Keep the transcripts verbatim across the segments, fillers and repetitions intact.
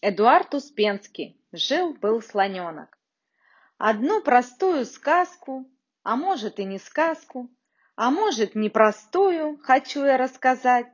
Эдуард Успенский. Жил-был слоненок. Одну простую сказку, а может и не сказку, а может непростую, хочу я рассказать.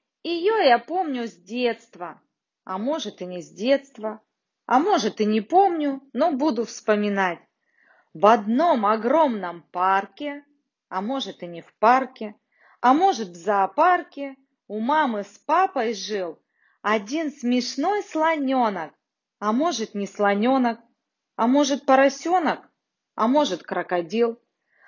Ее я помню с детства, а может и не с детства, а может и не помню, но буду вспоминать. В одном огромном парке, а может и не в парке, а может в зоопарке, у мамы с папой жил один смешной слоненок, а может не слоненок, а может поросенок, а может крокодил.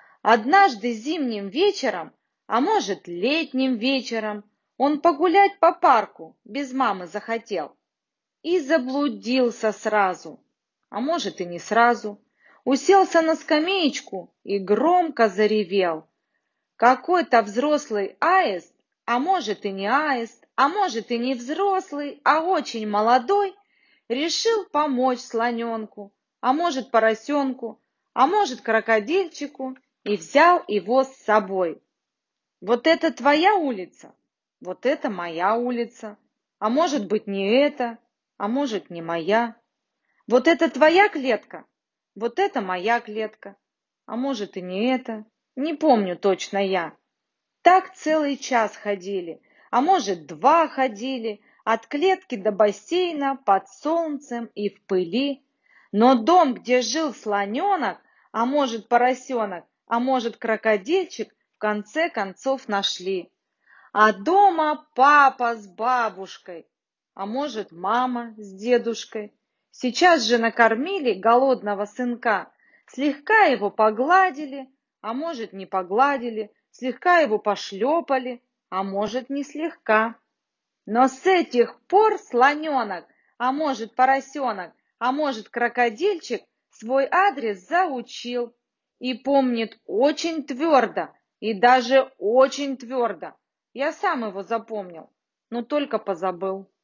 Однажды зимним вечером, а может летним вечером, он погулять по парку без мамы захотел и заблудился сразу, а может и не сразу. Уселся на скамеечку и громко заревел. Какой-то взрослый аист, а может и не аист, а может и не взрослый, а очень молодой, решил помочь слоненку, а может поросенку, а может крокодильчику, и взял его с собой. Вот это твоя улица, вот это моя улица, а может быть не это, а может не моя. Вот это твоя клетка, вот это моя клетка, а может и не это, не помню точно я. Так целый час ходили, а может два ходили, от клетки до бассейна, под солнцем и в пыли. Но дом, где жил слоненок, а может поросенок, а может крокодильчик, в конце концов нашли. А дома папа с бабушкой, а может мама с дедушкой. Сейчас же накормили голодного сынка, слегка его погладили, а может не погладили, слегка его пошлепали, а может не слегка. Но с этих пор слоненок, а может поросенок, а может крокодильчик свой адрес заучил и помнит очень твердо, и даже очень твердо. Я сам его запомнил, но только позабыл.